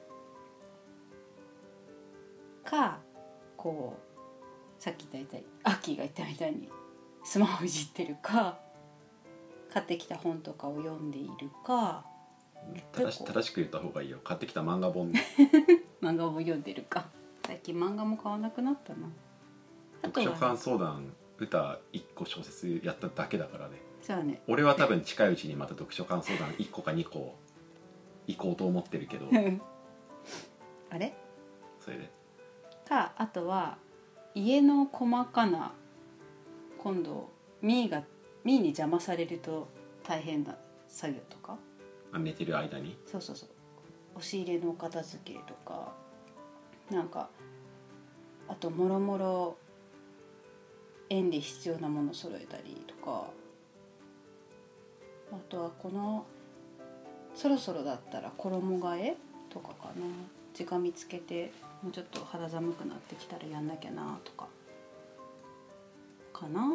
か、こうさっき言ったみたいにアッキーが言ったみたいにスマホいじってるか、買ってきた本とかを読んでいるか、 正し正しく言った方がいいよ。買ってきた漫画本漫画を読んでるか。最近漫画も買わなくなったな。あとは、ね、 読書感想談歌いっこ小説やっただけだからね。 そうね、 俺は多分近いうちにまた読書感想談いっこかにこ行こうと思ってるけどあれそれでか、あとは家の細かな、今度ミーがミーに邪魔されると大変な作業とか、 あ寝てる間に、 そうそうそう、押し入れの片付けとか、なんかあともろもろ園で必要なもの揃えたりとか、あとはこのそろそろだったら衣替えとかかな、時間見つけてもうちょっと肌寒くなってきたらやんなきゃなとかかな。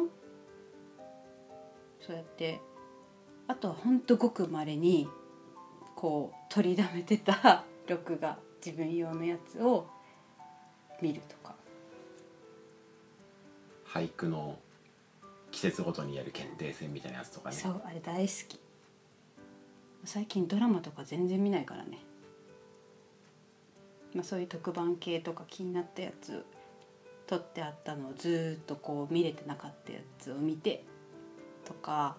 そうやって、あとはほんとごくまれにこう取りだめてた録画、自分用のやつを見るとか、 俳句の季節ごとにやる決定戦みたいなやつとかね。 そう、あれ大好き。最近ドラマとか全然見ないからね、まあ、そういう特番系とか気になったやつ撮ってあったのをずっとこう見れてなかったやつを見てとか、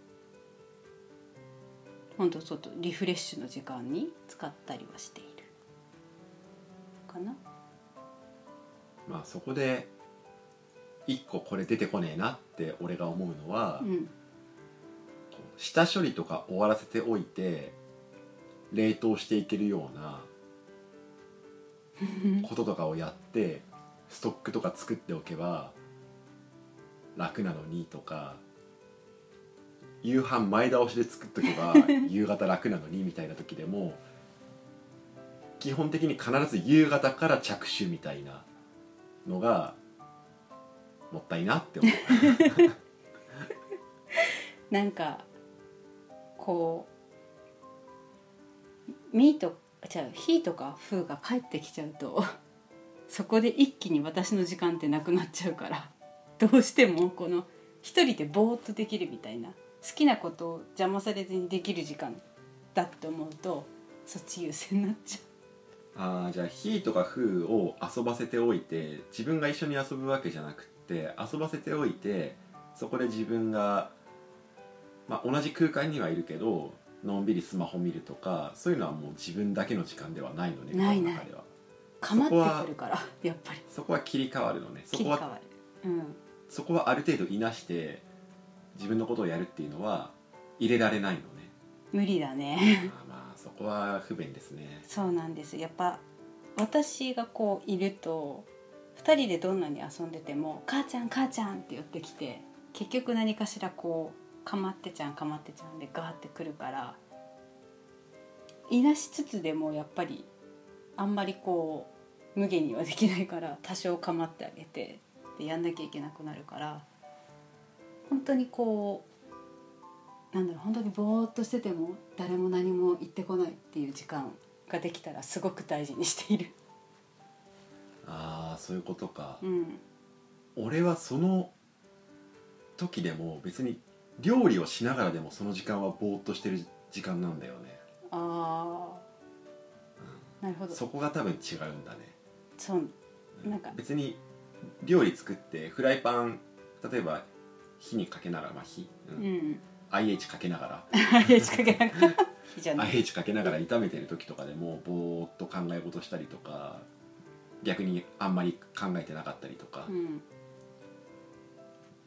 ほんとちょっとリフレッシュの時間に使ったりはしているかな。 まあそこで一個これ出てこねえなって俺が思うのは、 うん、 下処理とか終わらせておいて冷凍していけるようなこととかをやってストックとか作っておけば楽なのにとか、夕飯前倒しで作っとけば夕方楽なのにみたいな時でも基本的に必ず夕方から着手みたいなのがもったいなって思うなんかこうミーとじゃあヒーとかフーが帰ってきちゃうとそこで一気に私の時間ってなくなっちゃうから、どうしてもこの一人でぼーっとできるみたいな、好きなことを邪魔されずにできる時間だって思うとそっち優先になっちゃう。 ああ、じゃあヒーとかフーを遊ばせておいて自分が一緒に遊ぶわけじゃなくって遊ばせておいて、そこで自分が、まあ、同じ空間にはいるけどのんびりスマホ見るとか、そういうのはもう自分だけの時間ではないのね。 ないない、 この中ではかまってくるからやっぱりそこは切り替わるのね。そ切こはり替わる、うん、 そこはある程度いなして自分のことをやるっていうのは入れられないのね。 無理だねまあまあそこは不便ですね。 そうなんです。やっぱ私がこういるとふたりでどんなに遊んでても母ちゃん母ちゃんって寄ってきて、結局何かしらこうかまってちゃんかまってちゃんでガーってくるから、いなしつつでもやっぱりあんまりこう無限にはできないから、多少かまってあげてでやんなきゃいけなくなるから、本当にこうなんだろう、本当にぼーっとしてても誰も何も言ってこないっていう時間ができたらすごく大事にしている。 ああ、そういうことか、 うん、 俺はその時でも別に料理をしながらでもその時間はぼーっとしてる時間なんだよね。 ああ、なるほど。 そこが多分違うんだね。 そうなんか別に料理作ってフライパン例えば火にかけながら、まあ火、うんうん、 アイエイチ かけながらアイエイチ かけながらいいじゃないアイエイチ かけながら炒めてる時とかでもぼーっと考え事したりとか、逆にあんまり考えてなかったりとか、 うん、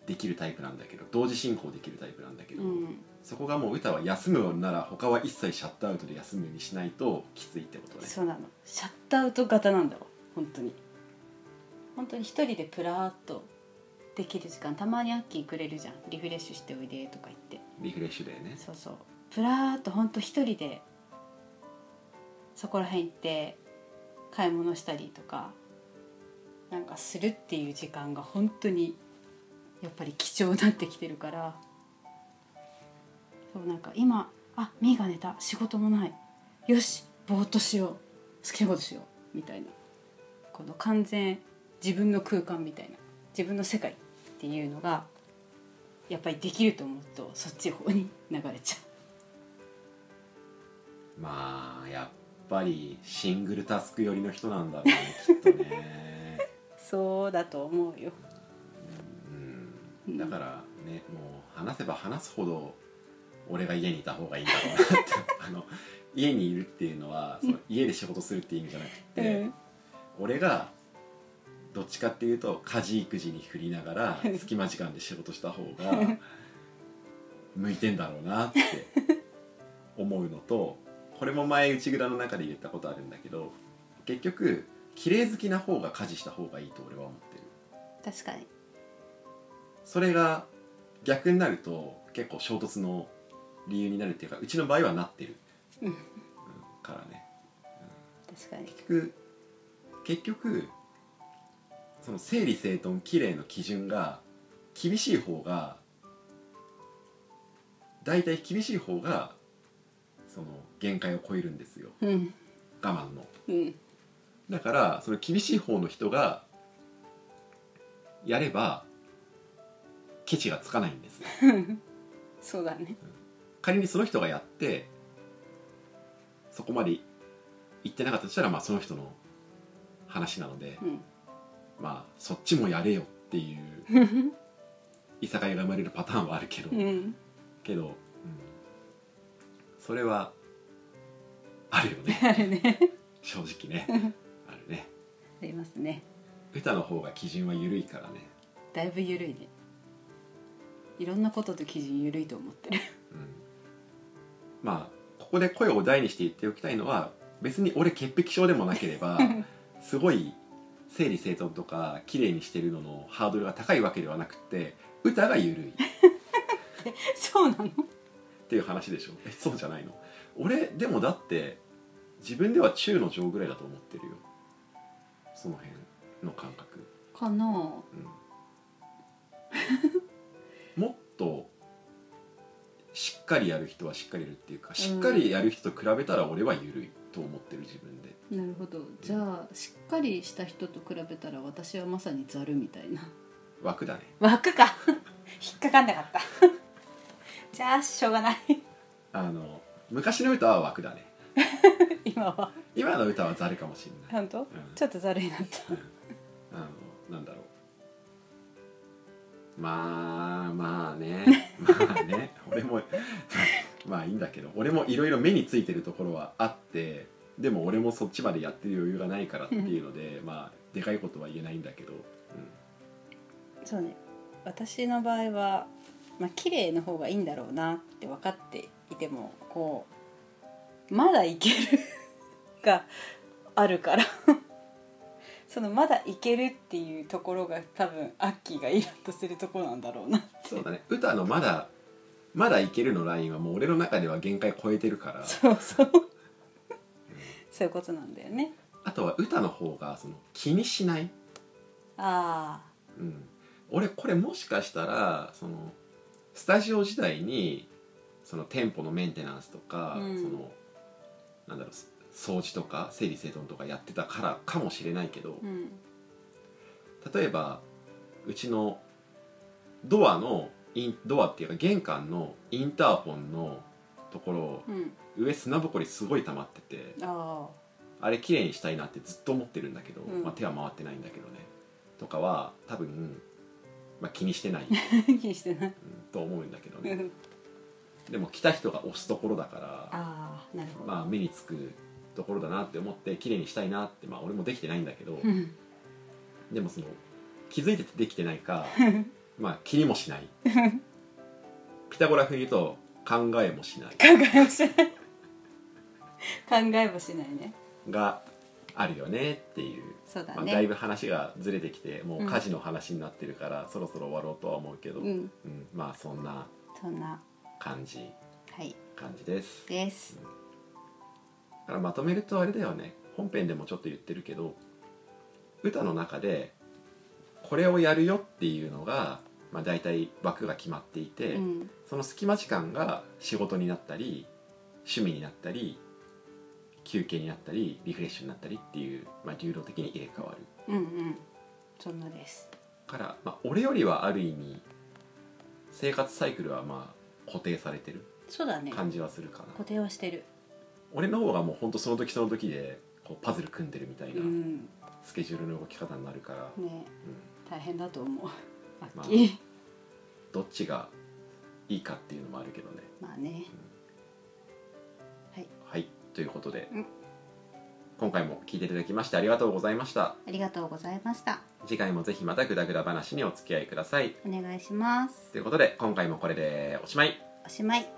できるタイプなんだけど、同時進行できるタイプなんだけど、 うん、 そこがもう歌は休むなら他は一切シャットアウトで休むようにしないときついってことね。 そうなの、シャットアウト型なんだわ本当に。本当に一人でプラーっとできる時間、たまにアッキーくれるじゃん、リフレッシュしておいでとか言って。 リフレッシュだよね。 そうそう、プラーっと本当一人でそこら辺行って買い物したりとかなんかするっていう時間が本当にやっぱり貴重になってきてるから、そうなんか今、あ、ミーが寝た、仕事もない、よしぼーっとしよう、好きなことしようみたいな、この完全自分の空間みたいな、自分の世界っていうのがやっぱりできると思うとそっち方に流れちゃう。まあやっぱりシングルタスク寄りの人なんだろうねきっとねそうだと思うよ。 うん、だからね、もう話せば話すほど俺が家にいた方がいいんだろうなってあの家にいるっていうのはその家で仕事するっていう意味じゃなくて、うん、俺がどっちかっていうと家事育児に振りながら隙間時間で仕事した方が向いてんだろうなって思うのと、これも前内蔵の中で言ったことあるんだけど、結局綺麗好きな方が家事した方がいいと俺は思ってる。 確かに。 それが逆になると結構衝突の理由になるっていうか、うちの場合はなってる、うん、からね、 うん、確かに。 結局結局その整理整頓綺麗の基準が厳しい方がだいたい厳しい方がその限界を超えるんですよ、 うん、 我慢の、 うん、 だからその厳しい方の人がやればケチがつかないんですよそうだね、うん、 仮にその人がやってそこまで行ってなかったとしたら、まあその人の話なので、うん、まあそっちもやれよっていういさかいが生まれるパターンはあるけど、うん、けど、うん、それはあるよねあるね正直ねあるね、 ありますね。 歌の方が基準は緩いからね。 だいぶ緩いね。いろんなことと基準緩いと思ってる、うん、 まあここで声を大にして言っておきたいのは、別に俺潔癖症でもなければすごい整理整頓とか綺麗にしてるののハードルが高いわけではなくて、歌が緩いそうなのっていう話でしょ。え、そうじゃないの？俺でもだって自分では中の上ぐらいだと思ってるよ、その辺の感覚かな、うん、 もっとしっかりやる人はしっかりやるっていうか、しっかりやる人と比べたら俺は緩いと思ってる自分で。 なるほど。じゃあしっかりした人と比べたら私はまさにザルみたいな枠だね。 枠か引っかかんなかったじゃあしょうがないあの昔の歌は枠だね今は今の歌はザルかもしれない。 本当、うん、ちょっとザルになった、うん、 あのなんだろう、まあまあねまあね俺もまあいいんだけど、俺もいろいろ目についてるところはあって、でも俺もそっちまでやってる余裕がないからっていうのでまあでかいことは言えないんだけど、うん、 そうね、私の場合はまあ綺麗の方がいいんだろうなって分かっていても、こうまだいけるがあるからそのまだいけるっていうところが多分アッキーがイラッとするところなんだろうなって。 そうだね、歌のまだまだいけるのラインはもう俺の中では限界超えてるから、 そうそう、うん、そういうことなんだよね。 あとは歌の方がその気にしない。 ああ、 うん、俺これもしかしたらそのスタジオ時代にその店舗のメンテナンスとか、うん、そのなんだろう掃除とか整理整頓とかやってたからかもしれないけど、うん、例えばうちのドアのインドアっていうか玄関のインターホンのところ、うん、上砂ぼこりすごい溜まってて、ああれ綺麗にしたいなってずっと思ってるんだけど、うんまあ、手は回ってないんだけどねとかは多分、まあ、気にしてない気にしてない、うん、 と思うんだけどねでも来た人が押すところだから、 あー、なるほど、 まあ、目につくところだなって思って綺麗にしたいなって、まあ、俺もできてないんだけど、 うん、 でもその気づいててできてないかまあ気にもしないピタゴラ風に言うと考えもしない考えもしない考えもしないねがあるよねっていう。 そうだね、 まあ、だいぶ話がずれてきてもう家事の話になってるから、うん、そろそろ終わろうとは思うけど、 うんうん、 まあそんなそんな感じ、 はい、 感じですです、 うん、だからまとめるとあれだよね、本編でもちょっと言ってるけど歌の中でこれをやるよっていうのが、まあ、大体枠が決まっていて、うん、その隙間時間が仕事になったり趣味になったり休憩になったりリフレッシュになったりっていう、まあ、流動的に入れ替わる。 うんうん、そんなですから、まあ、俺よりはある意味生活サイクルはまあ固定されてる感じはするかな。 固定はしてる。 俺の方がもう本当その時その時でこうパズル組んでるみたいなスケジュールの動き方になるから、 うん、ね、うん、大変だと思う。 まあ、どっちがいいかっていうのもあるけどね。 まあね、 うん、はい、はい、ということで、 うん、 今回も聞いていただきましてありがとうございました。 ありがとうございました。 次回もぜひまたグダグダ話にお付き合いください。 お願いします。 ということで今回もこれでおしまい。 おしまい。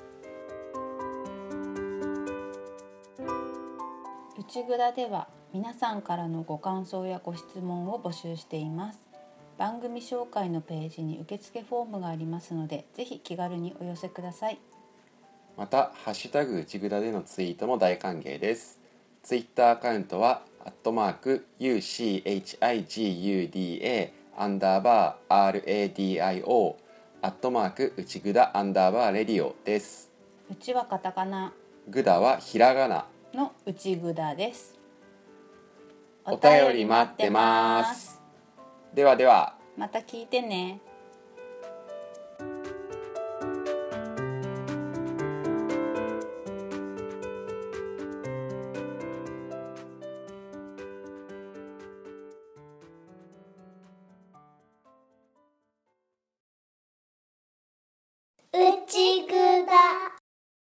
内ぐだでは皆さんからのご感想やご質問を募集しています。番組紹介のページに受付フォームがありますので、ぜひ気軽にお寄せください。 またハッシュタグ内ぐだでのツイートも大歓迎です。ツイッターアカウントはアットマーク ユーシーエイチアイジーユーディーエー アンダーバー アールエーディーアイオー アットマーク内ぐだアンダーバーレディオです。 うちはカタカナ、 ぐだはひらがなの内ぐだです。 お便り待ってます。ではでは、 また聞いてね。